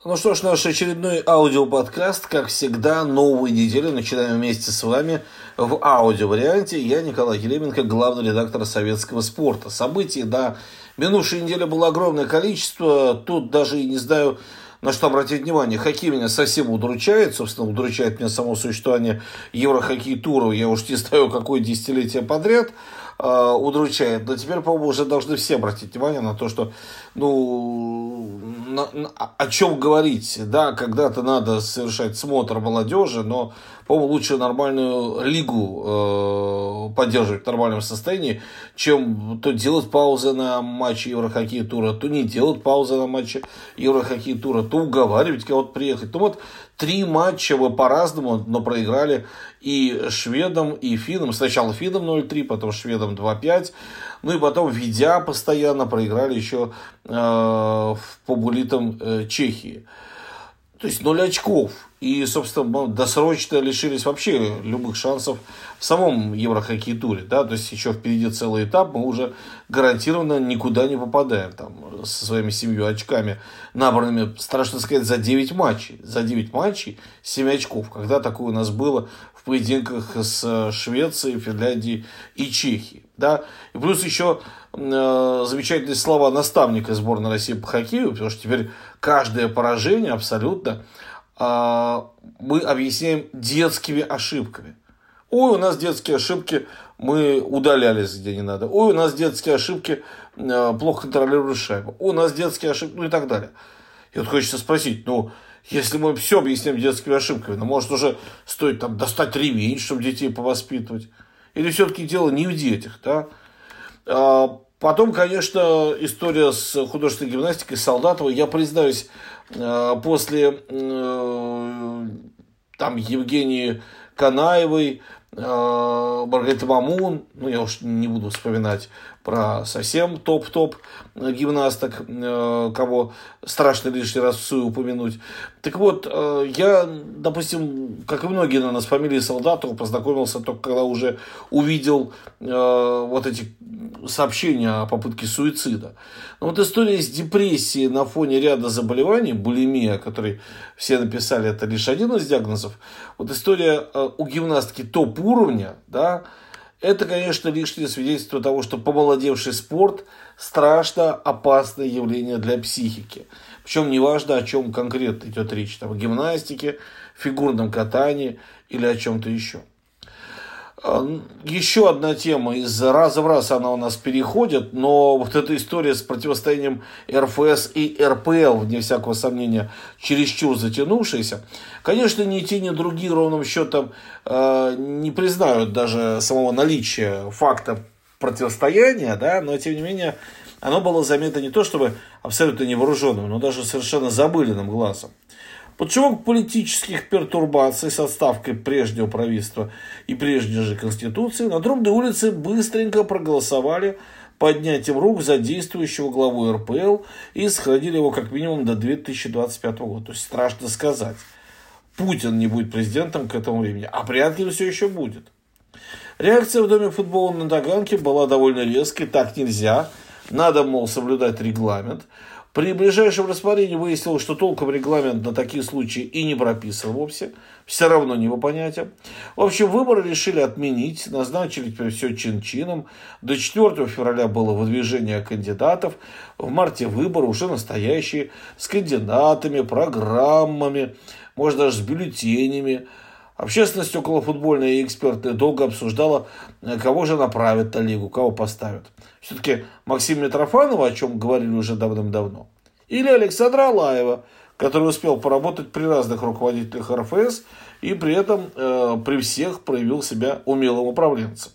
Ну что ж, наш очередной аудиоподкаст, как всегда, новую неделю начинаем вместе с вами в аудиоварианте. Я Николай Еременко, главный редактор «Советского спорта». Событий, да, минувшей неделе было огромное количество. Тут даже и не знаю, на что обратить внимание. Хоккей меня совсем удручает. Собственно, удручает меня само существование Еврохоккей-тура. Я уж не знаю, какое десятилетие подряд удручает. Но теперь, по-моему, уже должны все обратить внимание на то, что, о чем говорить. Да, когда-то надо совершать смотр молодежи, но, по-моему, лучше нормальную лигу поддерживать в нормальном состоянии, чем то делать паузы на матче Еврохоккей-тура, то не делать паузы на матче Еврохоккей-тура, то уговаривать кого-то приехать. Ну вот 3 матча вы по-разному, но проиграли и шведам, и финнам. Сначала финнам 0-3, потом шведам 2-5. Ну и потом, ведя постоянно, проиграли еще в побулитом Чехии. То есть 0 очков. И, собственно, досрочно лишились вообще любых шансов в самом Еврохоккей-туре. Да? То есть еще впереди целый этап, мы уже гарантированно никуда не попадаем там, со своими 7 очками, набранными, страшно сказать, за 9 матчей. За 9 матчей 7 очков. Когда такое у нас было в поединках с Швецией, Финляндией и Чехией. Да? И плюс еще замечательные слова наставника сборной России по хоккею, потому что теперь каждое поражение абсолютно мы объясняем детскими ошибками. Ой, у нас детские ошибки, мы удалялись где не надо. Ой, у нас детские ошибки, плохо контролируем шайбу. Ой, у нас детские ошибки, и так далее. И вот хочется спросить, если мы все объясняем детскими ошибками, может уже стоит там достать ремень, чтобы детей повоспитывать? Или все-таки дело не в детях, да? Потом, конечно, история с художественной гимнастикой Солдатова. Я признаюсь, после Евгении Канаевой, Маргариты Мамун, я уж не буду вспоминать про совсем топ-топ гимнасток, кого страшно лишний раз упомянуть. Так вот, я, допустим, как и многие, наверное, с фамилией Солдатова познакомился только когда уже увидел вот эти сообщения о попытке суицида. Но вот история с депрессией на фоне ряда заболеваний, булимия, о которой все написали, это лишь один из диагнозов. Вот история у гимнастки топ-уровня, да, это, конечно, лишнее свидетельство того, что помолодевший спорт – страшно опасное явление для психики. Причем неважно, о чем конкретно идет речь. Там, о гимнастике, фигурном катании или о чем-то еще. Еще одна тема, из раза в раз она у нас переходит, но вот эта история с противостоянием РФС и РПЛ, вне всякого сомнения, чересчур затянувшаяся. Конечно, ни те, ни другие ровным счетом не признают даже самого наличия факта противостояния, да, но тем не менее оно было заметно не то чтобы абсолютно невооруженным, но даже совершенно забыленным глазом. Под шумок политических пертурбаций с отставкой прежнего правительства и прежней же Конституции на Трубной улице быстренько проголосовали поднятием рук за действующего главу РПЛ и сохранили его как минимум до 2025 года. То есть страшно сказать, Путин не будет президентом к этому времени, а Пряткин все еще будет. Реакция в Доме футбола на Таганке была довольно резкой, так нельзя, надо, мол, соблюдать регламент. При ближайшем рассмотрении выяснилось, что толком регламент на такие случаи и не прописан вовсе. Все равно не по понятиям. В общем, выборы решили отменить. Назначили теперь все чин-чином. До 4 февраля было выдвижение кандидатов. В марте выборы уже настоящие. С кандидатами, программами. Может, даже с бюллетенями. Общественность околофутбольная и экспертная долго обсуждала, кого же направят на лигу, кого поставят. Все-таки Максима Митрофанова, о чем говорили уже давным-давно, или Александра Алаева, который успел поработать при разных руководителях РФС и при этом при всех проявил себя умелым управленцем.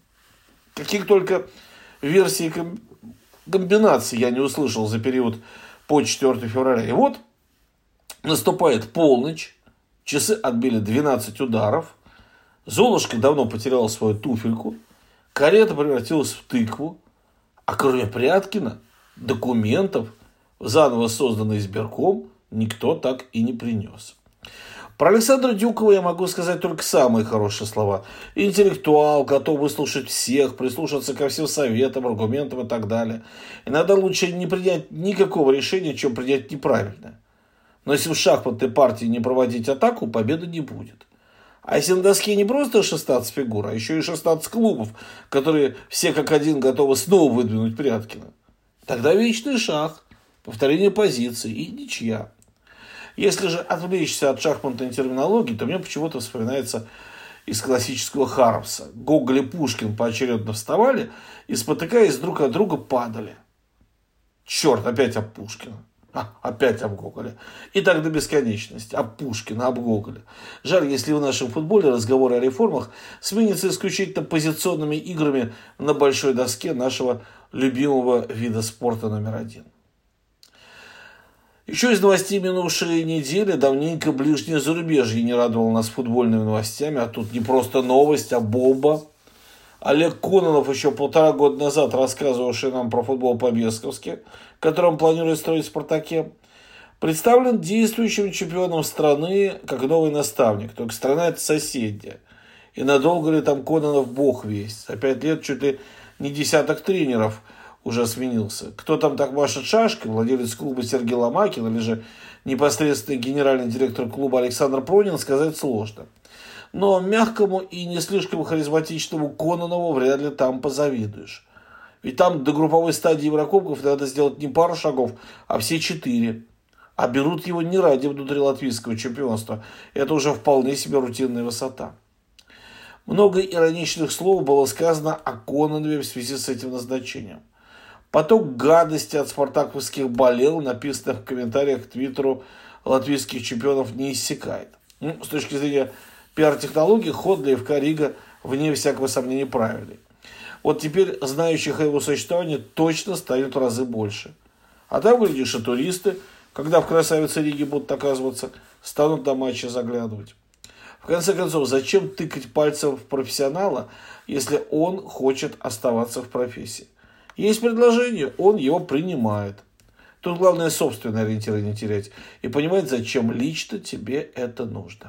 Каких только версий и комбинаций я не услышал за период по 4 февраля. И вот наступает полночь. Часы отбили 12 ударов. Золушка давно потеряла свою туфельку. Карета превратилась в тыкву. А кроме Пряткина, документов, заново созданный избирком, никто так и не принес. Про Александра Дюкова я могу сказать только самые хорошие слова. Интеллектуал, готов выслушать всех, прислушаться ко всем советам, аргументам и так далее. Иногда лучше не принять никакого решения, чем принять неправильное. Но если в шахматной партии не проводить атаку, победы не будет. А если на доске не просто 16 фигур, а еще и 16 клубов, которые все как один готовы снова выдвинуть Пряткина, тогда вечный шах, повторение позиций и ничья. Если же отвлечься от шахматной терминологии, то мне почему-то вспоминается из классического Хармса. Гоголь и Пушкин поочередно вставали и, спотыкаясь друг от друга, падали. Черт, опять об Пушкина. Опять об Гоголе. И так до бесконечности. Об Пушкина, об Гоголе. Жаль, если в нашем футболе разговоры о реформах сменятся исключительно позиционными играми на большой доске нашего любимого вида спорта номер один. Еще из новостей минувшей недели давненько ближнее зарубежье не радовало нас футбольными новостями, а тут не просто новость, а бомба. Олег Кононов, еще 1,5 года назад рассказывавший нам про футбол по-бесковски, который он планирует строить в «Спартаке», представлен действующим чемпионом страны как новый наставник. Только страна это соседняя. И надолго ли там Кононов бог весть. За 5 лет чуть ли не десяток тренеров уже сменился. Кто там так машет шашкой, владелец клуба Сергей Ломакин или же непосредственный генеральный директор клуба Александр Пронин, сказать сложно. Но мягкому и не слишком харизматичному Кононову вряд ли там позавидуешь. Ведь там до групповой стадии Еврокубков надо сделать не пару шагов, а все 4. А берут его не ради внутрилатвийского чемпионства. Это уже вполне себе рутинная высота. Много ироничных слов было сказано о Кононове в связи с этим назначением. Поток гадости от спартаковских болел, написанных в комментариях к твиттеру латвийских чемпионов, не иссякает. С точки зрения пиар-технологий, ход для ФК Рига вне всякого сомнения правильный. Вот теперь знающих о его существовании точно станет в разы больше. А там, глядишь, и туристы, когда в красавице Риге будут оказываться, станут на матчи заглядывать. В конце концов, зачем тыкать пальцем в профессионала, если он хочет оставаться в профессии? Есть предложение, он его принимает. Тут главное собственные ориентиры не терять и понимать, зачем лично тебе это нужно.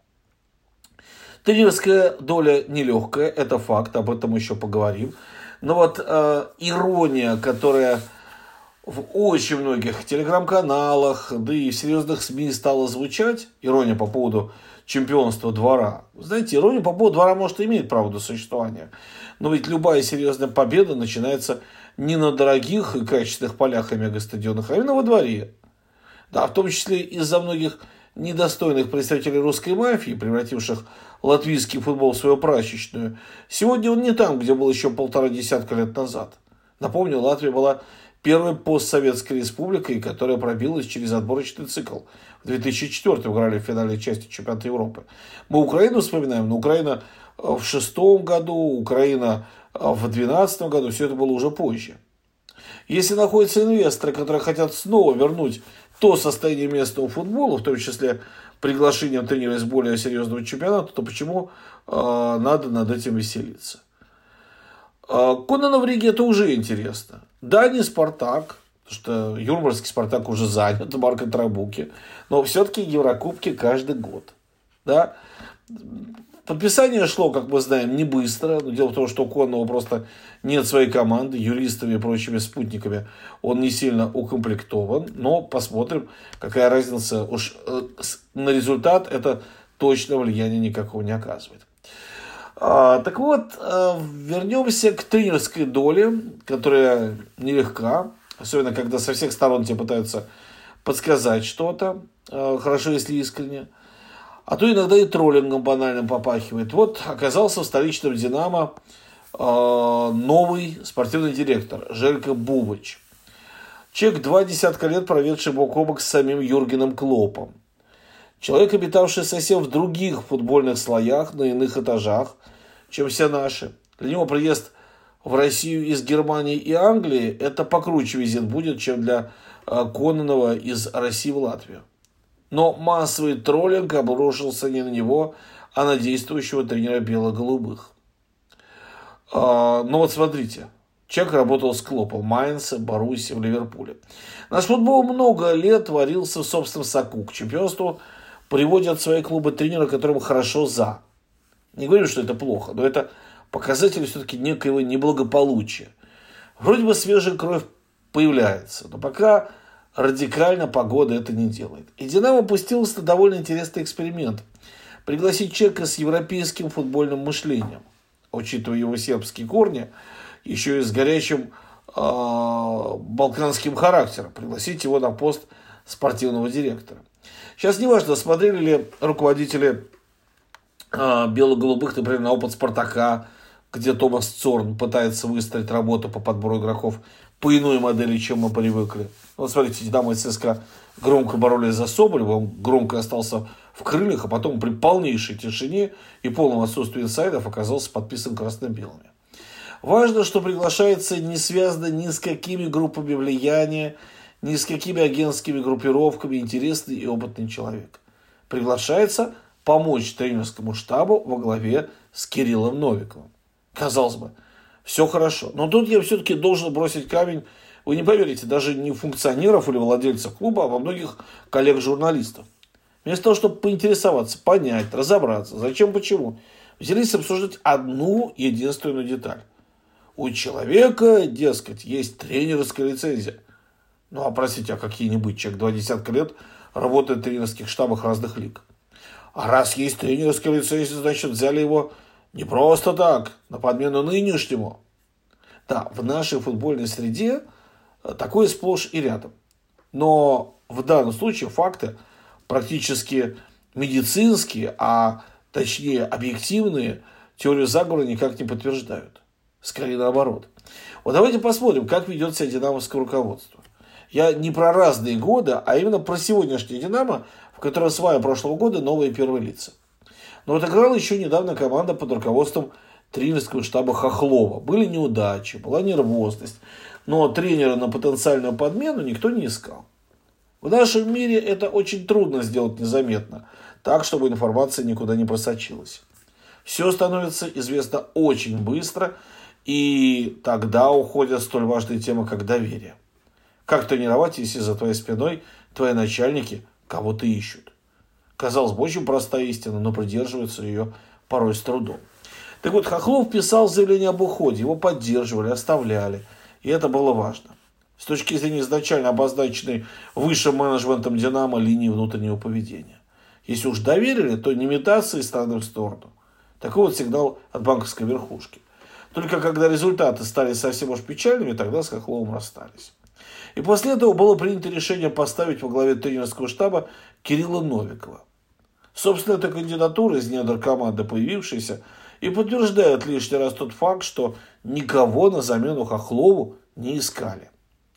Тренерская доля нелегкая, это факт, об этом еще поговорим. Но вот ирония, которая в очень многих телеграм-каналах, да и в серьезных СМИ стала звучать, ирония по поводу чемпионства двора. Знаете, ирония по поводу двора, может, и имеет право на существование. Но ведь любая серьезная победа начинается не на дорогих и качественных полях и мегастадионах, а именно во дворе. Да, в том числе из-за многих недостойных представителей русской мафии, превративших латвийский футбол в свою прачечную. Сегодня он не там, где был еще 1,5 десятка лет назад. Напомню, Латвия была первой постсоветской республикой, которая пробилась через отборочный цикл. В 2004 играли в финальной части чемпионата Европы. Мы Украину вспоминаем, но Украина в 2006 году, Украина в 2012 году, все это было уже позже. Если находятся инвесторы, которые хотят снова вернуть то состояние местного футбола, в том числе приглашением тренера из более серьезного чемпионата, то почему надо над этим веселиться? Кононов в Риге это уже интересно. Да, не Спартак, потому что юрмальский Спартак уже занят, Марко Трабуки, но все-таки Еврокубки каждый год. Да? Подписание шло, как мы знаем, не быстро. Но дело в том, что у Кононова просто нет своей команды, юристами и прочими спутниками. Он не сильно укомплектован. Но посмотрим, какая разница. Уж на результат это точно влияния никакого не оказывает. Так вот, вернемся к тренерской доле, которая нелегка. Особенно, когда со всех сторон тебе пытаются подсказать что-то. Хорошо, если искренне. А то иногда и троллингом банальным попахивает. Вот оказался в столичном «Динамо» новый спортивный директор Желько Бубач. Человек 2 десятка лет, проведший бок о бок с самим Юргеном Клопом. Человек, обитавший совсем в других футбольных слоях, на иных этажах, чем все наши. Для него приезд в Россию из Германии и Англии – это покруче визит будет, чем для Кононова из России в Латвию. Но массовый троллинг обрушился не на него, а на действующего тренера бело-голубых. Но вот смотрите, человек работал с Клопом в Майнце, Боруссии, в Ливерпуле. Наш футбол много лет варился в собственном соку. К чемпионству приводят свои клубы тренера, которым хорошо за. Не говорю, что это плохо, но это показатель все-таки некоего неблагополучия. Вроде бы свежая кровь появляется, но пока радикально погода это не делает. И «Динамо» пустился на довольно интересный эксперимент. Пригласить человека с европейским футбольным мышлением, учитывая его сербские корни, еще и с горячим балканским характером. Пригласить его на пост спортивного директора. Сейчас неважно, смотрели ли руководители бело-голубых, например, на опыт «Спартака», где Томас Цорн пытается выстроить работу по подбору игроков по иной модели, чем мы привыкли. Вот смотрите, «Динамо» и «ЦСКА» громко боролись за Соболева, он громко остался в крыльях, а потом при полнейшей тишине и полном отсутствии инсайдов оказался подписан красно-белыми. Важно, что приглашается не связано ни с какими группами влияния, ни с какими агентскими группировками интересный и опытный человек. Приглашается помочь тренерскому штабу во главе с Кириллом Новиковым. Казалось бы, все хорошо. Но тут я все-таки должен бросить камень, вы не поверите, даже не функционеров или владельцев клуба, а во многих коллег-журналистов. Вместо того, чтобы поинтересоваться, понять, разобраться, зачем, почему, взялись обсуждать одну единственную деталь. У человека, дескать, есть тренерская лицензия. Ну, а простите, а какие-нибудь человек 20 лет работает в тренерских штабах разных лиг. А раз есть тренерская лицензия, значит, взяли его не просто так, на подмену нынешнему. Да, в нашей футбольной среде такое сплошь и рядом. Но в данном случае факты практически медицинские, а точнее объективные, теорию заговора никак не подтверждают. Скорее наоборот. Вот давайте посмотрим, как ведет себя динамовское руководство. Я не про разные годы, а именно про сегодняшнее «Динамо», в котором с мая прошлого года новые первые лица. Но вот играла еще недавно команда под руководством тренерского штаба Хохлова. Были неудачи, была нервозность, но тренера на потенциальную подмену никто не искал. В нашем мире это очень трудно сделать незаметно, так, чтобы информация никуда не просочилась. Все становится известно очень быстро, и тогда уходят столь важные темы, как доверие. Как тренировать, если за твоей спиной твои начальники кого-то ищут? Казалось бы, очень простая истина, но придерживаются ее порой с трудом. Так вот, Хохлов писал заявление об уходе, его поддерживали, оставляли, и это было важно. С точки зрения изначально обозначенной высшим менеджментом «Динамо» линии внутреннего поведения. Если уж доверили, то не метаться из стороны в сторону. Такой вот сигнал от банковской верхушки. Только когда результаты стали совсем уж печальными, тогда с Хохловым расстались. И после этого было принято решение поставить во главе тренерского штаба Кирилла Новикова. Собственно, эта кандидатура из недр команды появившаяся и подтверждает лишний раз тот факт, что никого на замену Хохлову не искали.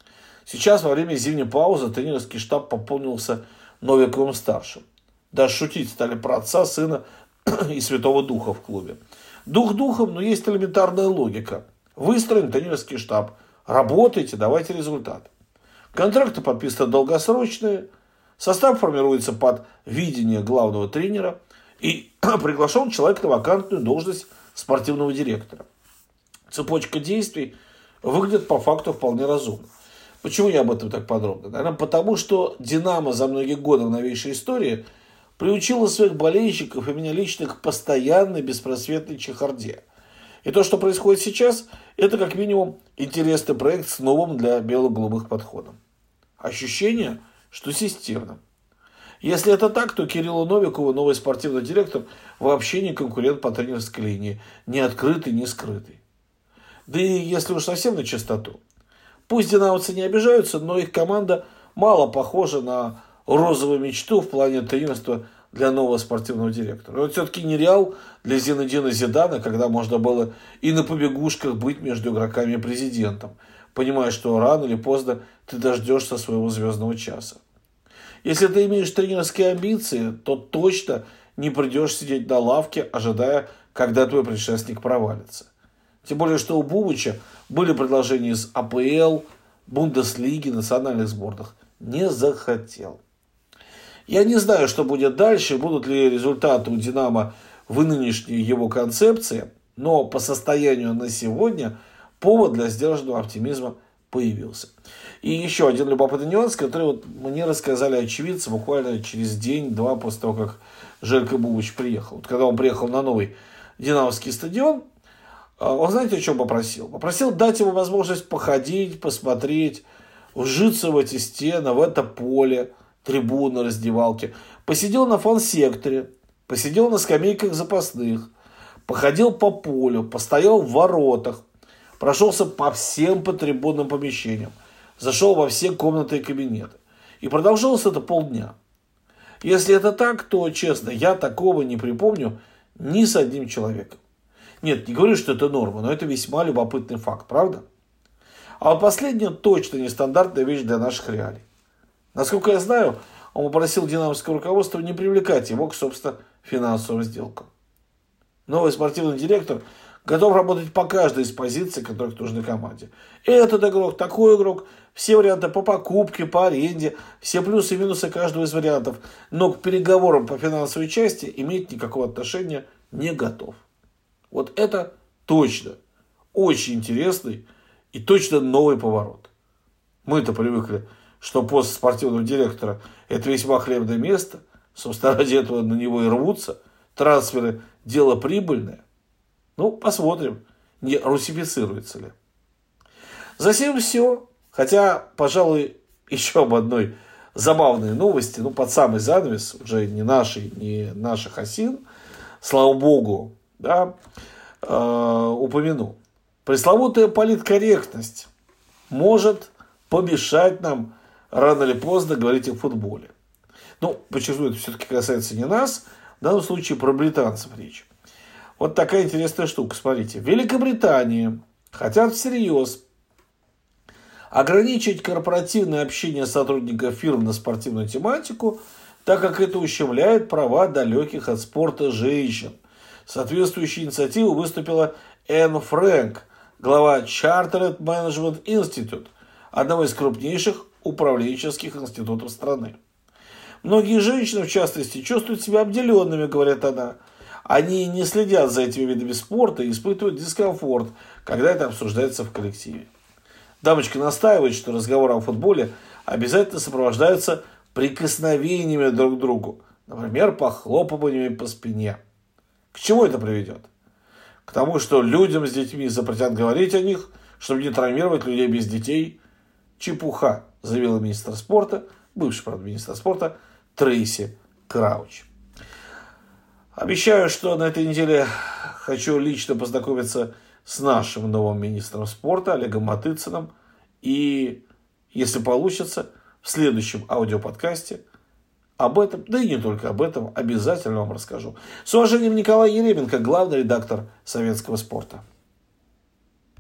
Сейчас во время зимней паузы тренерский штаб пополнился Новиковым-старшим. Даже шутить стали про отца, сына и Святого Духа в клубе. Дух духом, но есть элементарная логика. Выстроен тренерский штаб. Работайте, давайте результат. Контракты подписаны долгосрочные. Состав формируется под видение главного тренера. И приглашен человек на вакантную должность спортивного директора. Цепочка действий выглядит по факту вполне разумно. Почему я об этом так подробно? Наверное, потому что «Динамо» за многие годы в новейшей истории приучила своих болельщиков и меня лично к постоянной беспросветной чехарде. И то, что происходит сейчас, это как минимум интересный проект с новым для бело-голубых подходом. Ощущение, что системно. Если это так, то Кириллу Новикову новый спортивный директор вообще не конкурент по тренерской линии, ни открытый, ни скрытый. Да и если уж совсем на чистоту, пусть динамовцы не обижаются, но их команда мало похожа на розовую мечту в плане тренерства для нового спортивного директора. Но все-таки не Реал для Зинедина Зидана, когда можно было и на побегушках быть между игроками и президентом, понимая, что рано или поздно ты дождешься своего звездного часа. Если ты имеешь тренерские амбиции, то точно не придешь сидеть на лавке, ожидая, когда твой предшественник провалится. Тем более, что у Бубича были предложения из АПЛ, Бундеслиги, национальных сборных. Не захотел. Я не знаю, что будет дальше, будут ли результаты у «Динамо» в нынешней его концепции, но по состоянию на сегодня повод для сдержанного оптимизма появился. И еще один любопытный нюанс, который вот мне рассказали очевидцы буквально через день-два после того, как Желько Бубич приехал. Вот когда он приехал на новый динамовский стадион, он, знаете, о чем попросил? Попросил дать ему возможность походить, посмотреть, вжиться в эти стены, в это поле, трибуны, раздевалки. Посидел на фан-секторе, посидел на скамейках запасных, походил по полю, постоял в воротах, прошелся по всем по трибунным помещениям, зашел во все комнаты и кабинеты. И продолжалось это полдня. Если это так, то, честно, я такого не припомню ни с одним человеком. Нет, не говорю, что это норма, но это весьма любопытный факт, правда? А вот последнее точно нестандартная вещь для наших реалий. Насколько я знаю, он попросил динамовское руководство не привлекать его к, собственно, финансовым сделкам. Новый спортивный директор готов работать по каждой из позиций, которых нужны команде. Этот игрок, такой игрок, все варианты по покупке, по аренде, все плюсы и минусы каждого из вариантов, но к переговорам по финансовой части иметь никакого отношения не готов. Вот это точно очень интересный и точно новый поворот. Мы-то привыкли, что пост спортивного директора – это весьма хлебное место, собственно, ради этого на него и рвутся, трансферы – дело прибыльное. Ну, посмотрим, не русифицируется ли. Затем все. Хотя, пожалуй, еще об одной забавной новости, под самый занавес, уже не наших осин, слава богу, да, упомяну. Пресловутая политкорректность может помешать нам рано или поздно говорить о футболе. Подчеркну, это все-таки касается не нас, в данном случае про британцев речь. Вот такая интересная штука, смотрите. В Великобритании хотят всерьез ограничить корпоративное общение сотрудников фирм на спортивную тематику, так как это ущемляет права далеких от спорта женщин. Соответствующей инициативой выступила Энн Фрэнк, глава Chartered Management Institute, одного из крупнейших управленческих институтов страны. Многие женщины, в частности, чувствуют себя обделенными, говорит она. Они не следят за этими видами спорта и испытывают дискомфорт, когда это обсуждается в коллективе. Дамочка настаивает, что разговоры о футболе обязательно сопровождаются прикосновениями друг к другу, например, похлопываниями по спине. К чему это приведет? К тому, что людям с детьми запретят говорить о них, чтобы не травмировать людей без детей. Чепуха, заявила министр спорта, бывший, правда, министр спорта Трейси Крауч. Обещаю, что на этой неделе хочу лично познакомиться с нашим новым министром спорта Олегом Матыцыным. И, если получится, в следующем аудиоподкасте об этом, да и не только об этом, обязательно вам расскажу. С уважением, Николай Еременко, главный редактор «Советского спорта».